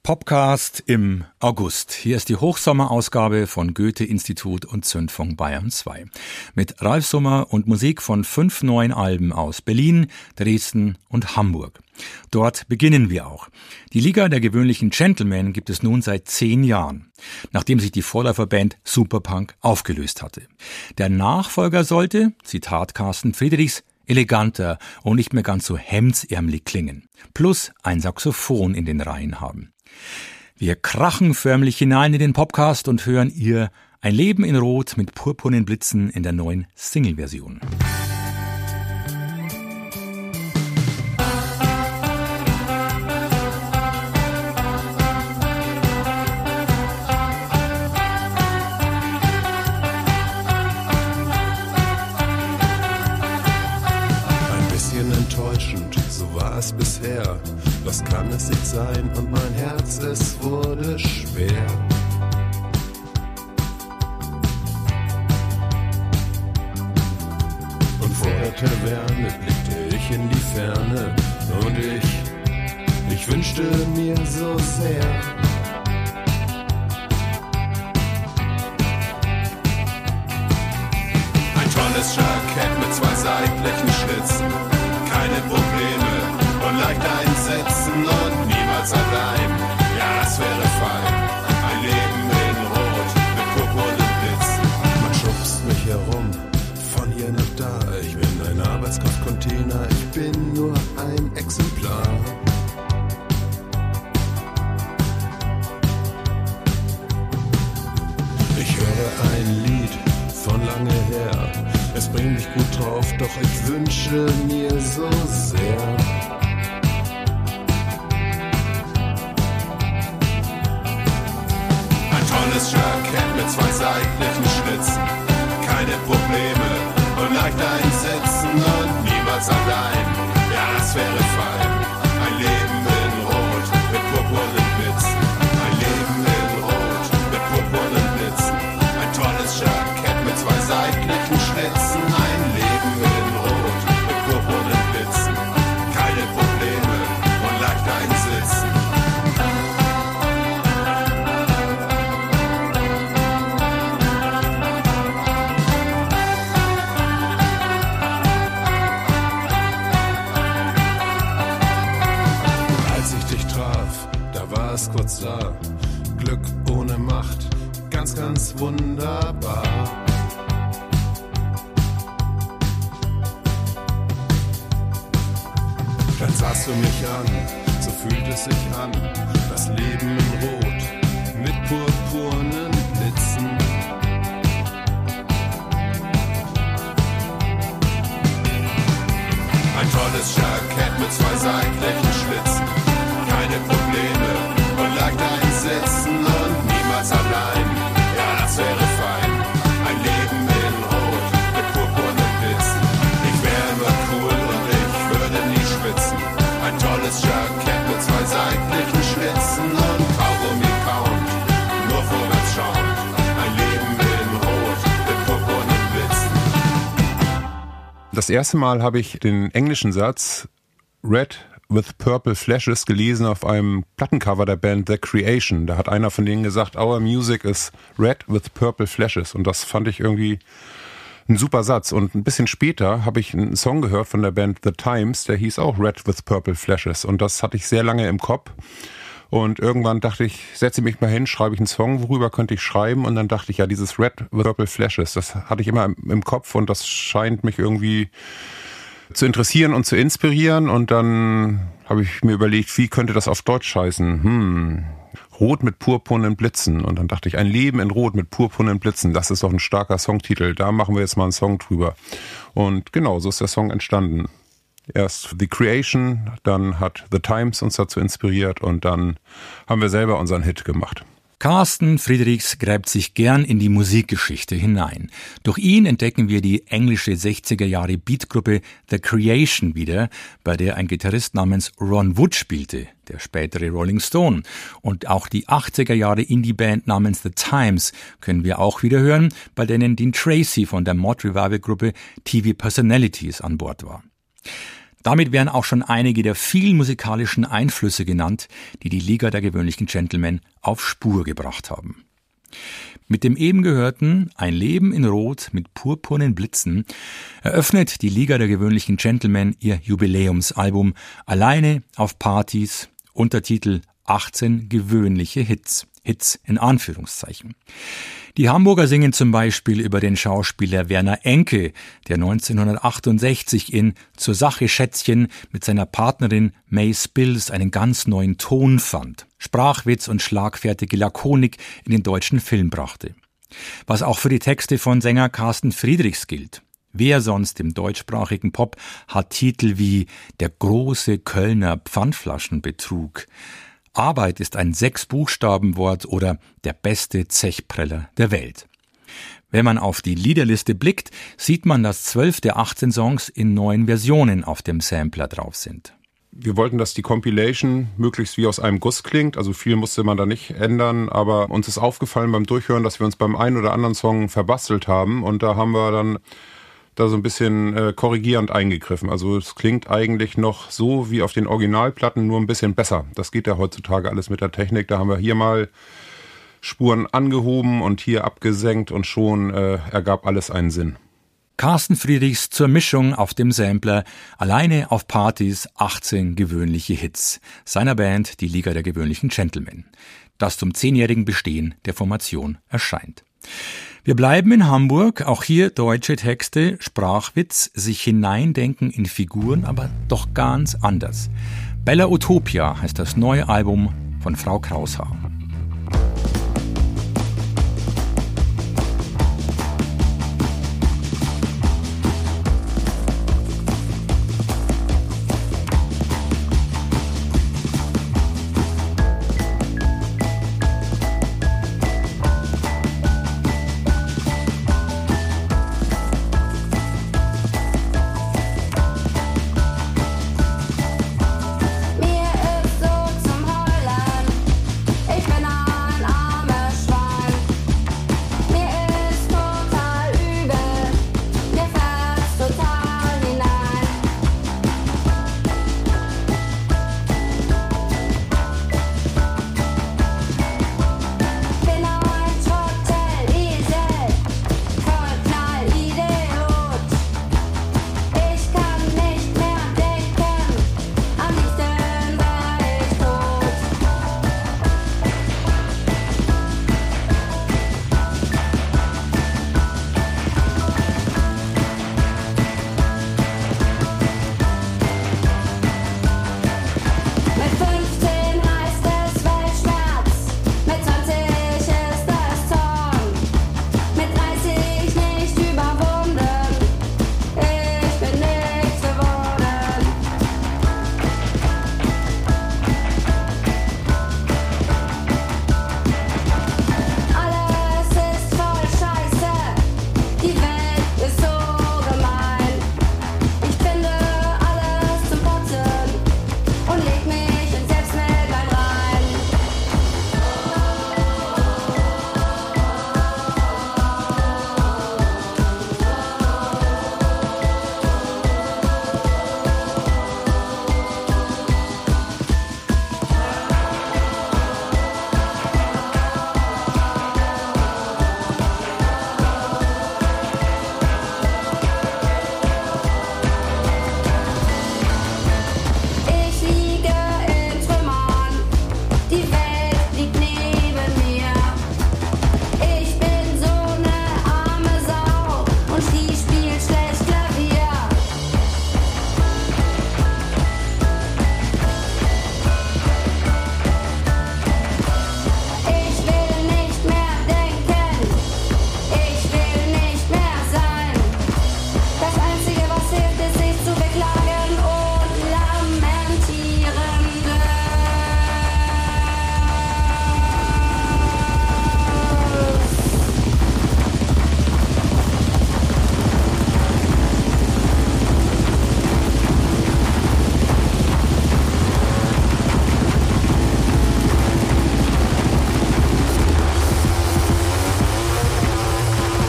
Popcast im August. Hier ist die Hochsommerausgabe von Goethe-Institut und Zündfunk Bayern 2. Mit Ralf Summer und Musik von 5 neuen Alben aus Berlin, Dresden und Hamburg. Dort beginnen wir auch. Die Liga der gewöhnlichen Gentlemen gibt es nun seit 10 Jahren, nachdem sich die Vorläuferband Superpunk aufgelöst hatte. Der Nachfolger sollte, Zitat Carsten Friedrichs, eleganter und nicht mehr ganz so hemdsärmelig klingen. Plus ein Saxophon in den Reihen haben. Wir krachen förmlich hinein in den Popcast und hören ihr Ein Leben in Rot mit purpurnen Blitzen in der neuen Single-Version. Bisher, das kann es nicht sein und mein Herz, es wurde schwer. Und vor der Taverne blickte ich in die Ferne und ich wünschte mir so sehr. Ein tolles Jackett mit 2 seitlichen Schlitzen, keine Probleme und leicht einsetzen und niemals allein. Ja, das wäre fein. Ein Leben in Rot mit purpurnen Blitzen. Man schubst mich herum, von hier nach da. Ich bin ein Arbeitskraftcontainer, ich bin nur ein Exemplar. Ich höre ein Lied von lange her. Es bringt mich gut drauf, doch ich wünsche mir so sehr. Tolles Jackett mit 2 seitlichen Schlitzen, keine Probleme und leicht einsetzen und niemals allein. Ja, das wäre fein. Ein Leben in Rot mit purpurnen Blitzen. Ein Leben in Rot mit purpurnen Blitzen. Ein tolles Jackett mit 2 seitlichen Schlitzen. Ein Leben in Rot mit purpurnen Blitzen. Keine Probleme und leicht einsetzen. Kurz da, Glück ohne Macht, ganz, ganz wunderbar. Dann sahst du mich an, so fühlt es sich an, das Leben in Rot mit purpurnen Blitzen. Ein tolles Jackett mit 2 seitlichen Schlitzen, keine Probleme und leicht einsetzen und niemals allein. Ja, das wäre fein. Ein Leben in Rot mit purpurnen Blitzen. Ich wäre immer cool und ich würde nie schwitzen. Ein tolles Jackett mit 2 seitlichen Schlitzen und Kaugummi count, nur vorwärts schauen. Ein Leben in Rot mit purpurnen Blitzen. Das erste Mal habe ich den englischen Satz Red with Purple Flashes gelesen auf einem Plattencover der Band The Creation. Da hat einer von denen gesagt, our music is red with purple flashes. Und das fand ich irgendwie ein super Satz. Und ein bisschen später habe ich einen Song gehört von der Band The Times, der hieß auch Red with Purple Flashes. Und das hatte ich sehr lange im Kopf. Und irgendwann dachte ich, setze mich mal hin, schreibe ich einen Song, worüber könnte ich schreiben? Und dann dachte ich, ja, dieses Red with Purple Flashes, das hatte ich immer im Kopf und das scheint mich irgendwie zu interessieren und zu inspirieren. Und dann habe ich mir überlegt, wie könnte das auf Deutsch heißen? Rot mit purpurnen Blitzen. Und dann dachte ich, ein Leben in Rot mit purpurnen Blitzen. Das ist doch ein starker Songtitel. Da machen wir jetzt mal einen Song drüber. Und genau, so ist der Song entstanden. Erst The Creation, dann hat The Times uns dazu inspiriert und dann haben wir selber unseren Hit gemacht. Carsten Friedrichs gräbt sich gern in die Musikgeschichte hinein. Durch ihn entdecken wir die englische 60er-Jahre Beatgruppe The Creation wieder, bei der ein Gitarrist namens Ron Wood spielte, der spätere Rolling Stone. Und auch die 80er-Jahre Indie-Band namens The Times können wir auch wieder hören, bei denen Dean Tracy von der Mod Revival-Gruppe TV Personalities an Bord war. Damit wären auch schon einige der vielen musikalischen Einflüsse genannt, die die Liga der gewöhnlichen Gentlemen auf Spur gebracht haben. Mit dem eben gehörten Ein Leben in Rot mit purpurnen Blitzen eröffnet die Liga der gewöhnlichen Gentlemen ihr Jubiläumsalbum Alleine auf Partys, Untertitel 18 gewöhnliche Hits. Hits in Anführungszeichen. Die Hamburger singen zum Beispiel über den Schauspieler Werner Enke, der 1968 in Zur Sache Schätzchen mit seiner Partnerin May Spills einen ganz neuen Ton fand, Sprachwitz und schlagfertige Lakonik in den deutschen Film brachte. Was auch für die Texte von Sänger Carsten Friedrichs gilt. Wer sonst im deutschsprachigen Pop hat Titel wie Der große Kölner Pfandflaschenbetrug, Arbeit ist ein 6-Buchstaben-Wort oder der beste Zechpreller der Welt. Wenn man auf die Liederliste blickt, sieht man, dass 12 der 18 Songs in 9 Versionen auf dem Sampler drauf sind. Wir wollten, dass die Compilation möglichst wie aus einem Guss klingt, also viel musste man da nicht ändern, aber uns ist aufgefallen beim Durchhören, dass wir uns beim einen oder anderen Song verbastelt haben und da haben wir dann da so ein bisschen korrigierend eingegriffen. Also es klingt eigentlich noch so wie auf den Originalplatten, nur ein bisschen besser. Das geht ja heutzutage alles mit der Technik. Da haben wir hier mal Spuren angehoben und hier abgesenkt und schon ergab alles einen Sinn. Carsten Friedrichs zur Mischung auf dem Sampler Alleine auf Partys 18 gewöhnliche Hits seiner Band Die Liga der gewöhnlichen Gentlemen, das zum 10-jährigen Bestehen der Formation erscheint. Wir bleiben in Hamburg, auch hier deutsche Texte, Sprachwitz, sich hineindenken in Figuren, aber doch ganz anders. Bella Utopia heißt das neue Album von Frau Kraushaar.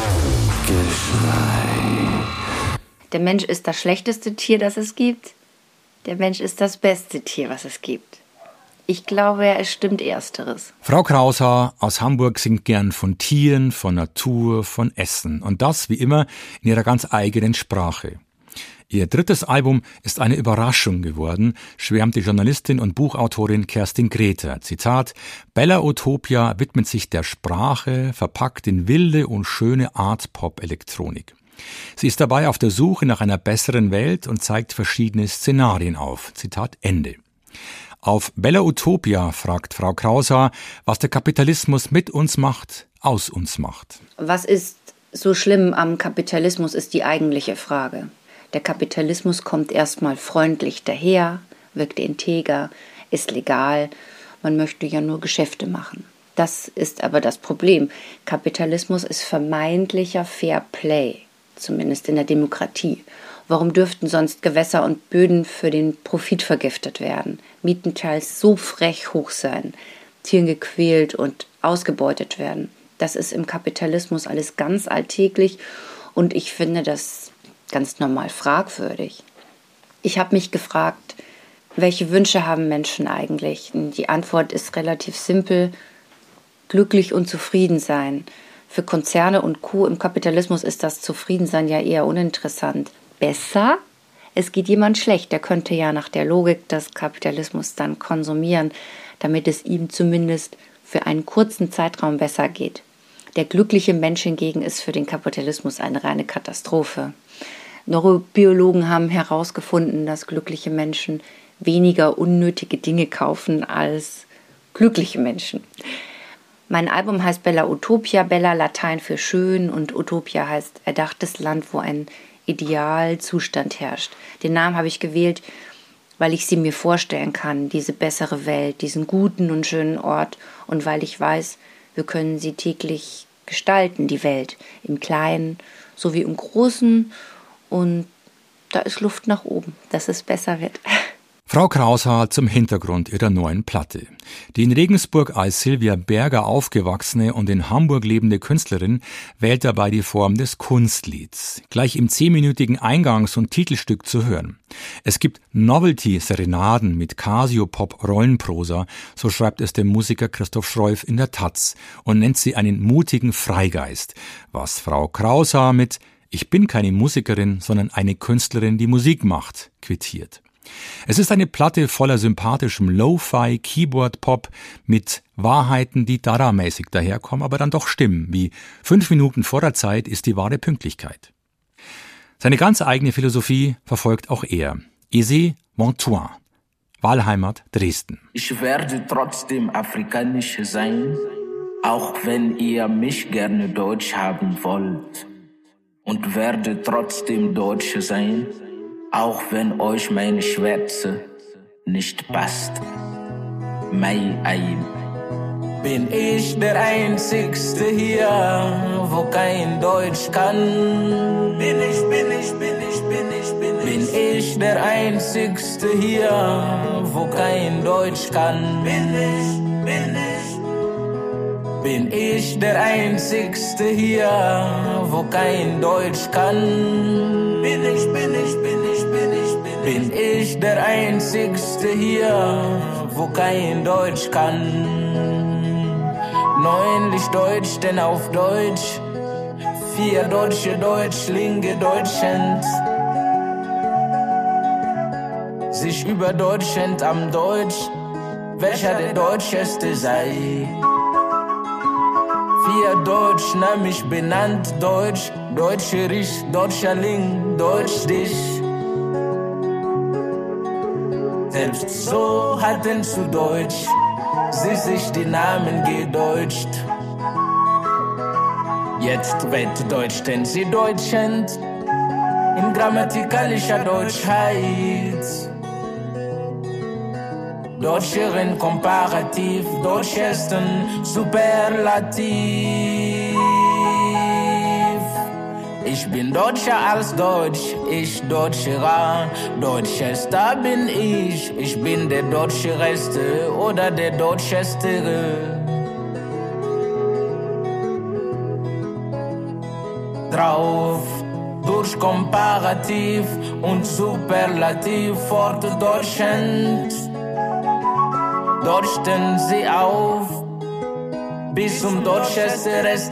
Der Mensch ist das schlechteste Tier, das es gibt. Der Mensch ist das beste Tier, was es gibt. Ich glaube, es stimmt Ersteres. Frau Kraushaar aus Hamburg singt gern von Tieren, von Natur, von Essen. Und das, wie immer, in ihrer ganz eigenen Sprache. Ihr drittes Album ist eine Überraschung geworden, schwärmt die Journalistin und Buchautorin Kerstin Grete. Zitat: Bella Utopia widmet sich der Sprache, verpackt in wilde und schöne Art-Pop-Elektronik. Sie ist dabei auf der Suche nach einer besseren Welt und zeigt verschiedene Szenarien auf. Zitat Ende. Auf Bella Utopia fragt Frau Kraushaar, was der Kapitalismus mit uns macht, aus uns macht. Was ist so schlimm am Kapitalismus, ist die eigentliche Frage. Der Kapitalismus kommt erstmal freundlich daher, wirkt integer, ist legal. Man möchte ja nur Geschäfte machen. Das ist aber das Problem. Kapitalismus ist vermeintlicher Fair Play, zumindest in der Demokratie. Warum dürften sonst Gewässer und Böden für den Profit vergiftet werden? Mietenteils so frech hoch sein, Tieren gequält und ausgebeutet werden. Das ist im Kapitalismus alles ganz alltäglich und ich finde das ganz normal fragwürdig. Ich habe mich gefragt, welche Wünsche haben Menschen eigentlich? Und die Antwort ist relativ simpel: glücklich und zufrieden sein. Für Konzerne und Co. im Kapitalismus ist das Zufriedensein ja eher uninteressant. Besser? Es geht jemand schlecht, der könnte ja nach der Logik des Kapitalismus dann konsumieren, damit es ihm zumindest für einen kurzen Zeitraum besser geht. Der glückliche Mensch hingegen ist für den Kapitalismus eine reine Katastrophe. Neurobiologen haben herausgefunden, dass glückliche Menschen weniger unnötige Dinge kaufen als glückliche Menschen. Mein Album heißt Bella Utopia, Bella Latein für schön und Utopia heißt erdachtes Land, wo ein Idealzustand herrscht. Den Namen habe ich gewählt, weil ich sie mir vorstellen kann, diese bessere Welt, diesen guten und schönen Ort, und weil ich weiß, wir können sie täglich gestalten, die Welt, im Kleinen sowie im Großen, und da ist Luft nach oben, dass es besser wird. Frau Kraushaar zum Hintergrund ihrer neuen Platte. Die in Regensburg als Silvia Berger aufgewachsene und in Hamburg lebende Künstlerin wählt dabei die Form des Kunstlieds, gleich im 10-minütigen Eingangs- und Titelstück zu hören. Es gibt Novelty-Serenaden mit Casio-Pop-Rollenprosa, so schreibt es der Musiker Christoph Schreuf in der Taz und nennt sie einen mutigen Freigeist, was Frau Kraushaar mit »Ich bin keine Musikerin, sondern eine Künstlerin, die Musik macht« quittiert. Es ist eine Platte voller sympathischem Lo-Fi, Keyboard-Pop mit Wahrheiten, die Dada-mäßig daherkommen, aber dann doch stimmen, wie 5 Minuten vor der Zeit ist die wahre Pünktlichkeit. Seine ganz eigene Philosophie verfolgt auch er. Ici mon toit, Wahlheimat Dresden. Ich werde trotzdem afrikanisch sein, auch wenn ihr mich gerne deutsch haben wollt. Und werde trotzdem Deutsche sein, auch wenn euch meine Schwärze nicht passt. Mai Aim. Bin ich der Einzigste hier, wo kein Deutsch kann? Bin ich der Einzigste hier, wo kein Deutsch kann? Bin ich der Einzigste hier, wo kein Deutsch kann? Bin ich der Einzigste hier, wo kein Deutsch kann? 9 Licht Deutsch, denn auf Deutsch 4 deutsche Deutschlinge Deutschend sich über Deutschend am Deutsch, welcher der Deutscheste sei. 4 Deutsch, nämlich benannt Deutsch, Deutsche Rich, Deutscher Ling, Deutsch dich. Selbst so hatten zu Deutsch sie sich die Namen gedeutscht. Jetzt wird Deutsch, denn sie deutschend in grammatikalischer Deutschheit. Deutscherin komparativ, Deutschesten Superlativ. Ich bin deutscher als Deutsch, ich deutscherer, Deutschester bin ich bin der Deutschereste oder der Deutschestere. Drauf durch Komparativ und Superlativ fortdurchend. Durchten sie auf, bis zum deutscheste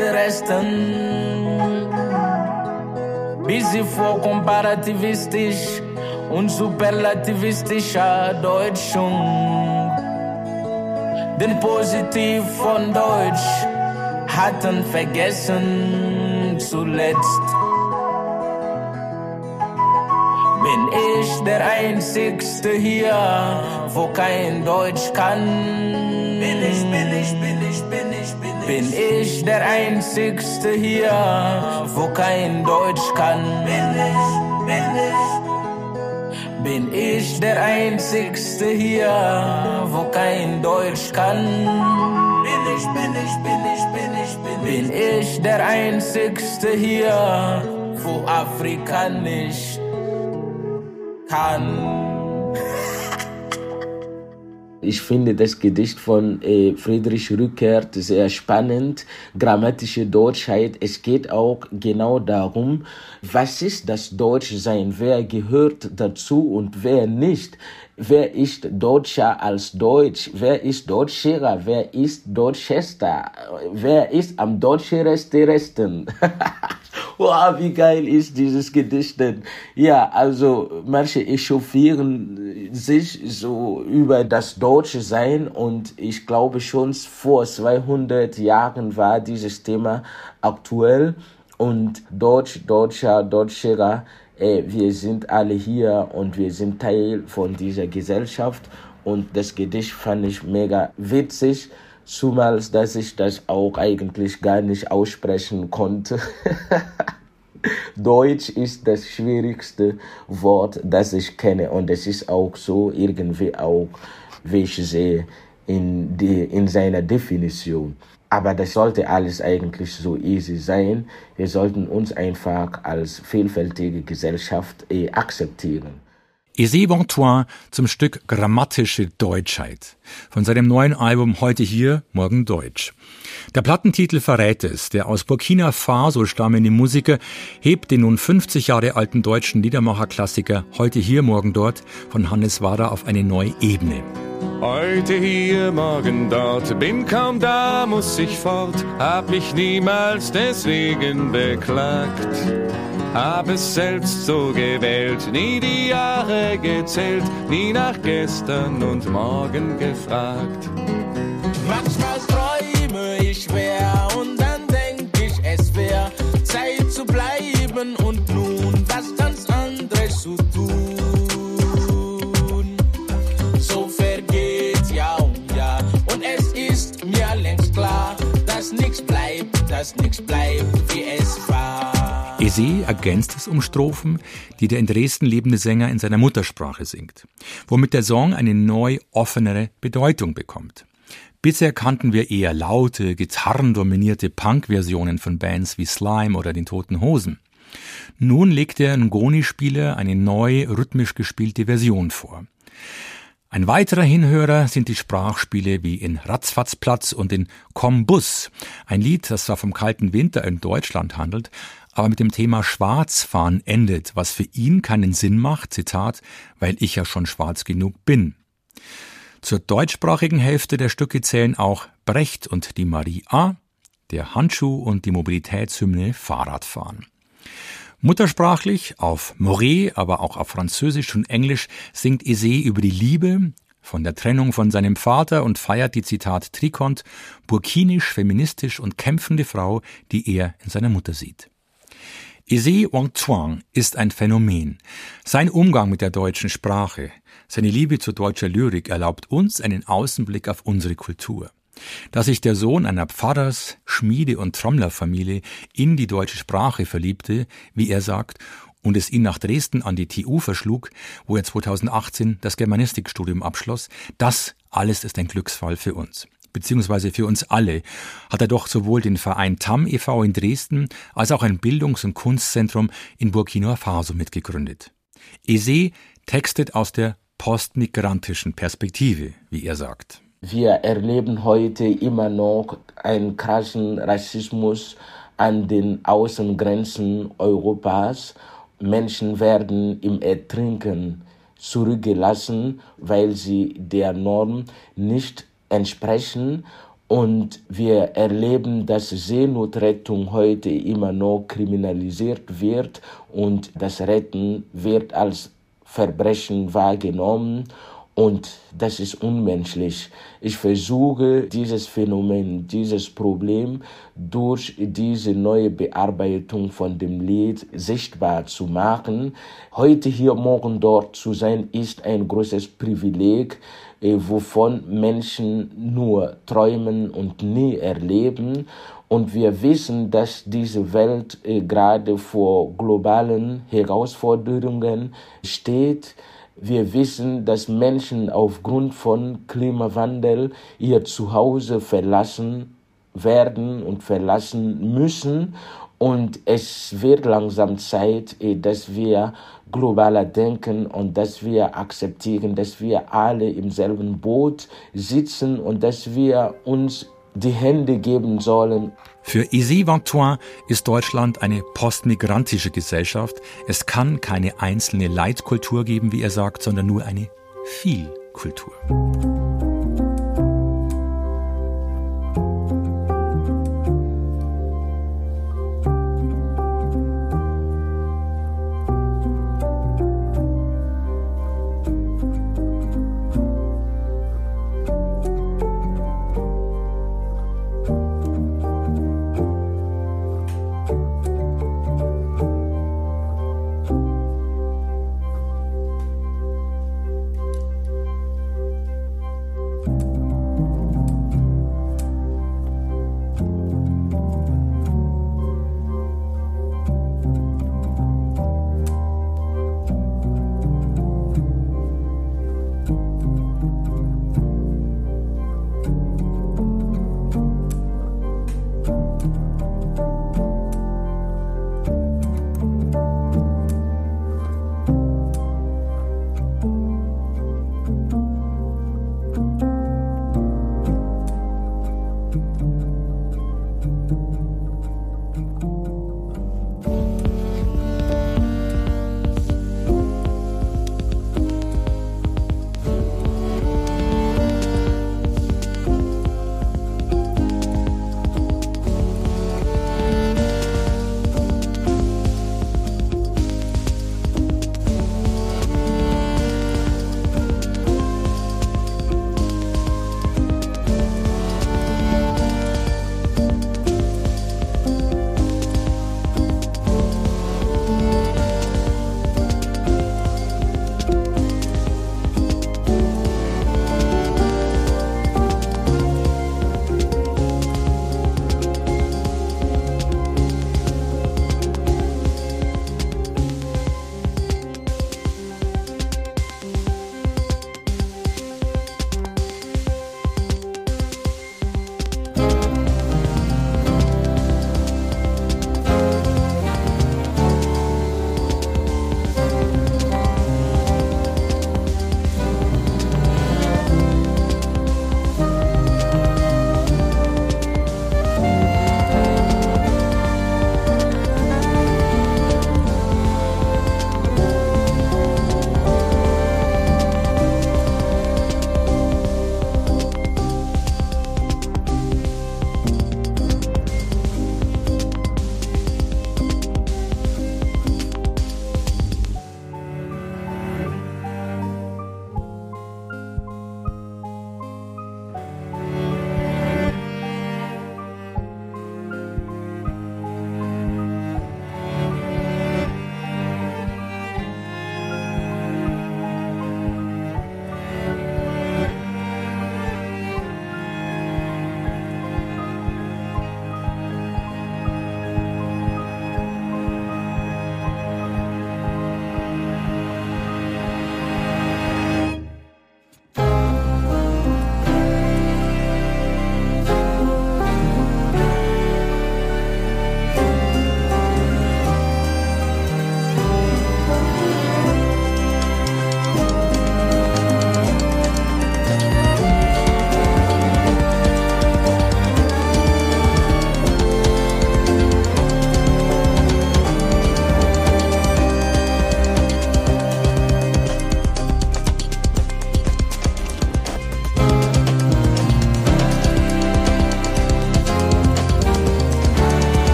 Resten. Bis sie vor komparativistisch und superlativistischer Deutschung den Positiv von Deutsch hatten vergessen zuletzt. Bin ich der Einzigste hier, wo kein Deutsch kann? Bin ich der Einzigste hier, wo kein Deutsch kann? Bin ich der Einzigste hier, wo kein Deutsch kann? Bin ich der Einzigste hier, wo Afrikanisch kann? Ich finde das Gedicht von Friedrich Rückert sehr spannend. Grammatische Deutschheit. Es geht auch genau darum, was ist das Deutschsein? Wer gehört dazu und wer nicht? Wer ist Deutscher als Deutsch? Wer ist Deutscherer? Wer ist Deutschester? Wer ist am Deutscheresten? Wow, wie geil ist dieses Gedicht denn? Ja, also manche echauffieren sich so über das Deutsche sein und ich glaube schon vor 200 Jahren war dieses Thema aktuell und Deutscher, Deutscherer, wir sind alle hier und wir sind Teil von dieser Gesellschaft und das Gedicht fand ich mega witzig. Zumal, dass ich das auch eigentlich gar nicht aussprechen konnte. Deutsch ist das schwierigste Wort, das ich kenne. Und es ist auch so irgendwie auch, wie ich sehe, in seiner Definition. Aber das sollte alles eigentlich so easy sein. Wir sollten uns einfach als vielfältige Gesellschaft akzeptieren. Aizé Bontoin zum Stück Grammatische Deutschheit von seinem neuen Album Heute hier, morgen Deutsch. Der Plattentitel verrät es. Der aus Burkina Faso stammende Musiker hebt den nun 50 Jahre alten deutschen Liedermacher-Klassiker Heute hier, morgen dort von Hannes Wader auf eine neue Ebene. Heute hier, morgen dort, bin kaum da, muss ich fort, hab mich niemals deswegen beklagt. Hab es selbst so gewählt, nie die Jahre gezählt, nie nach gestern und morgen gefragt. Manchmal träume ich schwer und dann denk ich, es wär Zeit zu bleiben und nun was ganz anderes zu tun. So vergeht Jahr um Jahr und es ist mir längst klar, dass nichts bleibt, wie es war. Aizé ergänzt es um Strophen, die der in Dresden lebende Sänger in seiner Muttersprache singt, womit der Song eine neu offenere Bedeutung bekommt. Bisher kannten wir eher laute, gitarrendominierte Punk-Versionen von Bands wie Slime oder den Toten Hosen. Nun legt der Ngoni-Spieler eine neu rhythmisch gespielte Version vor. Ein weiterer Hinhörer sind die Sprachspiele wie in Ratzfatzplatz und in Komm Bus, ein Lied, das zwar vom kalten Winter in Deutschland handelt, aber mit dem Thema Schwarzfahren endet, was für ihn keinen Sinn macht, Zitat, weil ich ja schon schwarz genug bin. Zur deutschsprachigen Hälfte der Stücke zählen auch Brecht und die Marie A., der Handschuh und die Mobilitätshymne Fahrradfahren. Muttersprachlich auf Moré, aber auch auf Französisch und Englisch singt Aizé über die Liebe, von der Trennung von seinem Vater und feiert die, Zitat, Trikont, burkinisch, feministisch und kämpfende Frau, die er in seiner Mutter sieht. Aizé Bontoin ist ein Phänomen. Sein Umgang mit der deutschen Sprache, seine Liebe zu deutscher Lyrik erlaubt uns einen Außenblick auf unsere Kultur. Dass sich der Sohn einer Pfarrers-, Schmiede- und Trommlerfamilie in die deutsche Sprache verliebte, wie er sagt, und es ihn nach Dresden an die TU verschlug, wo er 2018 das Germanistikstudium abschloss, das alles ist ein Glücksfall für uns. Beziehungsweise für uns alle, hat er doch sowohl den Verein TAM e.V. in Dresden als auch ein Bildungs- und Kunstzentrum in Burkina Faso mitgegründet. Aizé textet aus der postmigrantischen Perspektive, wie er sagt. Wir erleben heute immer noch einen krassen Rassismus an den Außengrenzen Europas. Menschen werden im Ertrinken zurückgelassen, weil sie der Norm nicht entsprechen. Und wir erleben, dass Seenotrettung heute immer noch kriminalisiert wird und das Retten wird als Verbrechen wahrgenommen. Und das ist unmenschlich. Ich versuche, dieses Phänomen, dieses Problem durch diese neue Bearbeitung von dem Lied sichtbar zu machen. Heute hier, morgen dort zu sein, ist ein großes Privileg, wovon Menschen nur träumen und nie erleben. Und wir wissen, dass diese Welt gerade vor globalen Herausforderungen steht. Wir wissen, dass Menschen aufgrund von Klimawandel ihr Zuhause verlassen werden und verlassen müssen. Und es wird langsam Zeit, dass wir globaler denken und dass wir akzeptieren, dass wir alle im selben Boot sitzen und dass wir uns die Hände geben sollen. Für Issy Vantoin ist Deutschland eine postmigrantische Gesellschaft. Es kann keine einzelne Leitkultur geben, wie er sagt, sondern nur eine Vielkultur.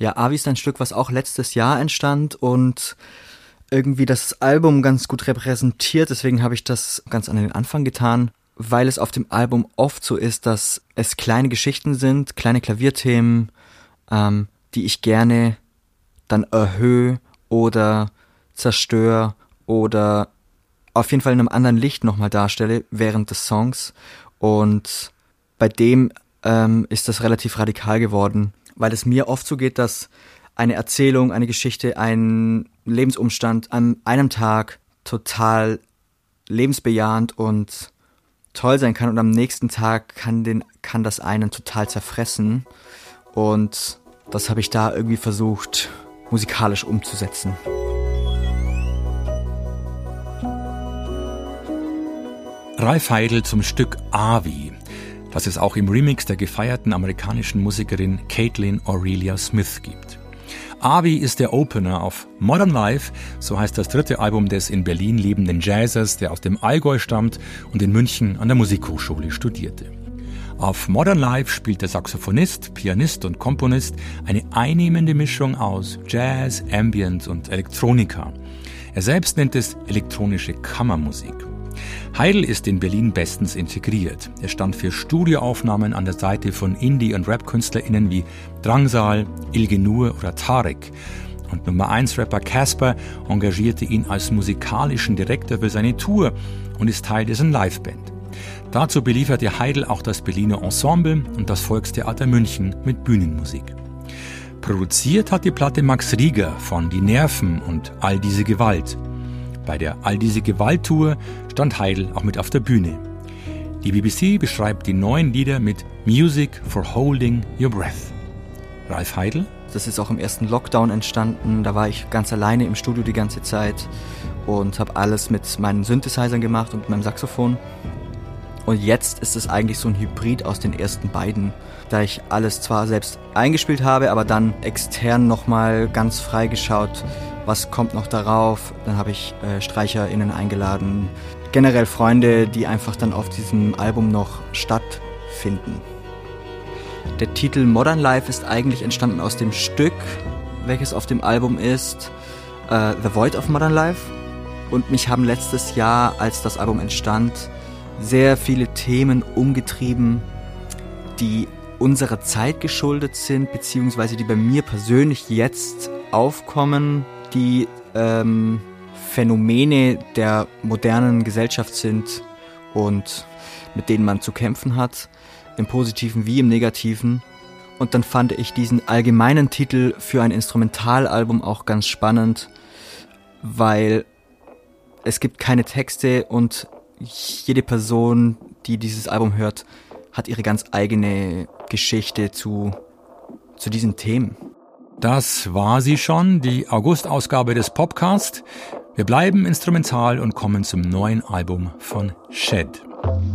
Ja, Avi ist ein Stück, was auch letztes Jahr entstand und irgendwie das Album ganz gut repräsentiert. Deswegen habe ich das ganz an den Anfang getan, weil es auf dem Album oft so ist, dass es kleine Geschichten sind, kleine Klavierthemen, die ich gerne dann erhöhe oder zerstöre oder auf jeden Fall in einem anderen Licht nochmal darstelle während des Songs. Und bei dem ist das relativ radikal geworden, weil es mir oft so geht, dass eine Erzählung, eine Geschichte, ein Lebensumstand an einem Tag total lebensbejahend und toll sein kann und am nächsten Tag kann das einen total zerfressen. Und das habe ich da irgendwie versucht, musikalisch umzusetzen. Ralf Heidel zum Stück Avi, das es auch im Remix der gefeierten amerikanischen Musikerin Caitlin Aurelia Smith gibt. Avi ist der Opener auf Modern Life, so heißt das dritte Album des in Berlin lebenden Jazzers, der aus dem Allgäu stammt und in München an der Musikhochschule studierte. Auf Modern Life spielt der Saxophonist, Pianist und Komponist eine einnehmende Mischung aus Jazz, Ambient und Elektronika. Er selbst nennt es elektronische Kammermusik. Heidel ist in Berlin bestens integriert. Er stand für Studioaufnahmen an der Seite von Indie- und Rap-KünstlerInnen wie Drangsal, Ilge Nur oder Tarek. Und Nummer 1 Rapper Casper engagierte ihn als musikalischen Direktor für seine Tour und ist Teil dessen Liveband. Dazu belieferte Heidel auch das Berliner Ensemble und das Volkstheater München mit Bühnenmusik. Produziert hat die Platte Max Rieger von Die Nerven und All diese Gewalt. Bei der All diese Gewalt-Tour stand Heidel auch mit auf der Bühne. Die BBC beschreibt die neuen Lieder mit Music for Holding Your Breath. Ralf Heidel? Das ist auch im ersten Lockdown entstanden. Da war ich ganz alleine im Studio die ganze Zeit und habe alles mit meinen Synthesizern gemacht und mit meinem Saxophon. Und jetzt ist es eigentlich so ein Hybrid aus den ersten beiden, da ich alles zwar selbst eingespielt habe, aber dann extern nochmal ganz frei geschaut, was kommt noch darauf. Dann habe ich StreicherInnen eingeladen, generell Freunde, die einfach dann auf diesem Album noch stattfinden. Der Titel Modern Life ist eigentlich entstanden aus dem Stück, welches auf dem Album ist, The Void of Modern Life. Und mich haben letztes Jahr, als das Album entstand, sehr viele Themen umgetrieben, die unserer Zeit geschuldet sind, beziehungsweise die bei mir persönlich jetzt aufkommen, die Phänomene der modernen Gesellschaft sind und mit denen man zu kämpfen hat, im Positiven wie im Negativen. Und dann fand ich diesen allgemeinen Titel für ein Instrumentalalbum auch ganz spannend, weil es gibt keine Texte und jede Person, die dieses Album hört, hat ihre ganz eigene Geschichte zu diesen Themen. Das war sie schon, die August-Ausgabe des Popcast. Wir bleiben instrumental und kommen zum neuen Album von Shed.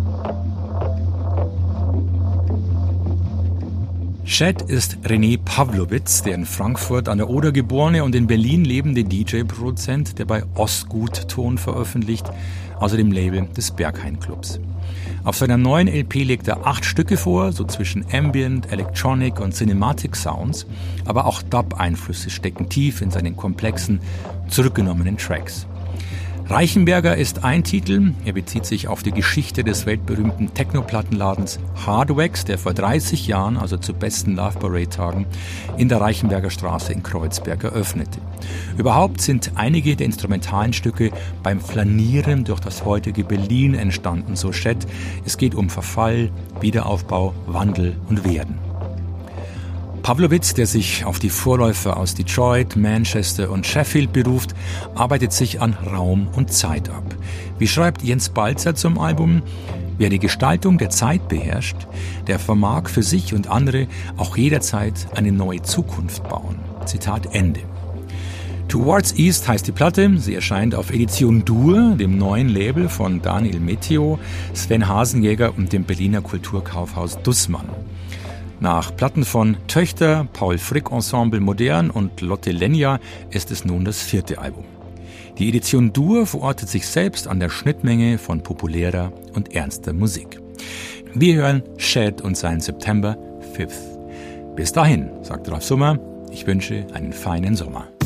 Shed ist René Pawlowitz, der in Frankfurt an der Oder geborene und in Berlin lebende DJ-Produzent, der bei Ostgut-Ton veröffentlicht, außer dem Label des Berghain-Clubs. Auf seiner neuen LP legt er 8 Stücke vor, so zwischen Ambient, Electronic und Cinematic Sounds, aber auch Dub-Einflüsse stecken tief in seinen komplexen, zurückgenommenen Tracks. Reichenberger ist ein Titel, er bezieht sich auf die Geschichte des weltberühmten Techno-Plattenladens Hardwax, der vor 30 Jahren, also zu besten Love Parade-Tagen, in der Reichenberger Straße in Kreuzberg eröffnete. Überhaupt sind einige der instrumentalen Stücke beim Flanieren durch das heutige Berlin entstanden, so Shed. Es geht um Verfall, Wiederaufbau, Wandel und Werden. Pawlowitz, der sich auf die Vorläufer aus Detroit, Manchester und Sheffield beruft, arbeitet sich an Raum und Zeit ab. Wie schreibt Jens Balzer zum Album? Wer die Gestaltung der Zeit beherrscht, der vermag für sich und andere auch jederzeit eine neue Zukunft bauen. Zitat Ende. Towards East heißt die Platte. Sie erscheint auf Edition Dur, dem neuen Label von Daniel Meteo, Sven Hasenjäger und dem Berliner Kulturkaufhaus Dussmann. Nach Platten von Töchter, Paul Frick Ensemble Modern und Lotte Lenya ist es nun das 4. Album. Die Edition Dur verortet sich selbst an der Schnittmenge von populärer und ernster Musik. Wir hören Shed und sein September 5th. Bis dahin, sagt Ralf Summer, Ich wünsche einen feinen Sommer.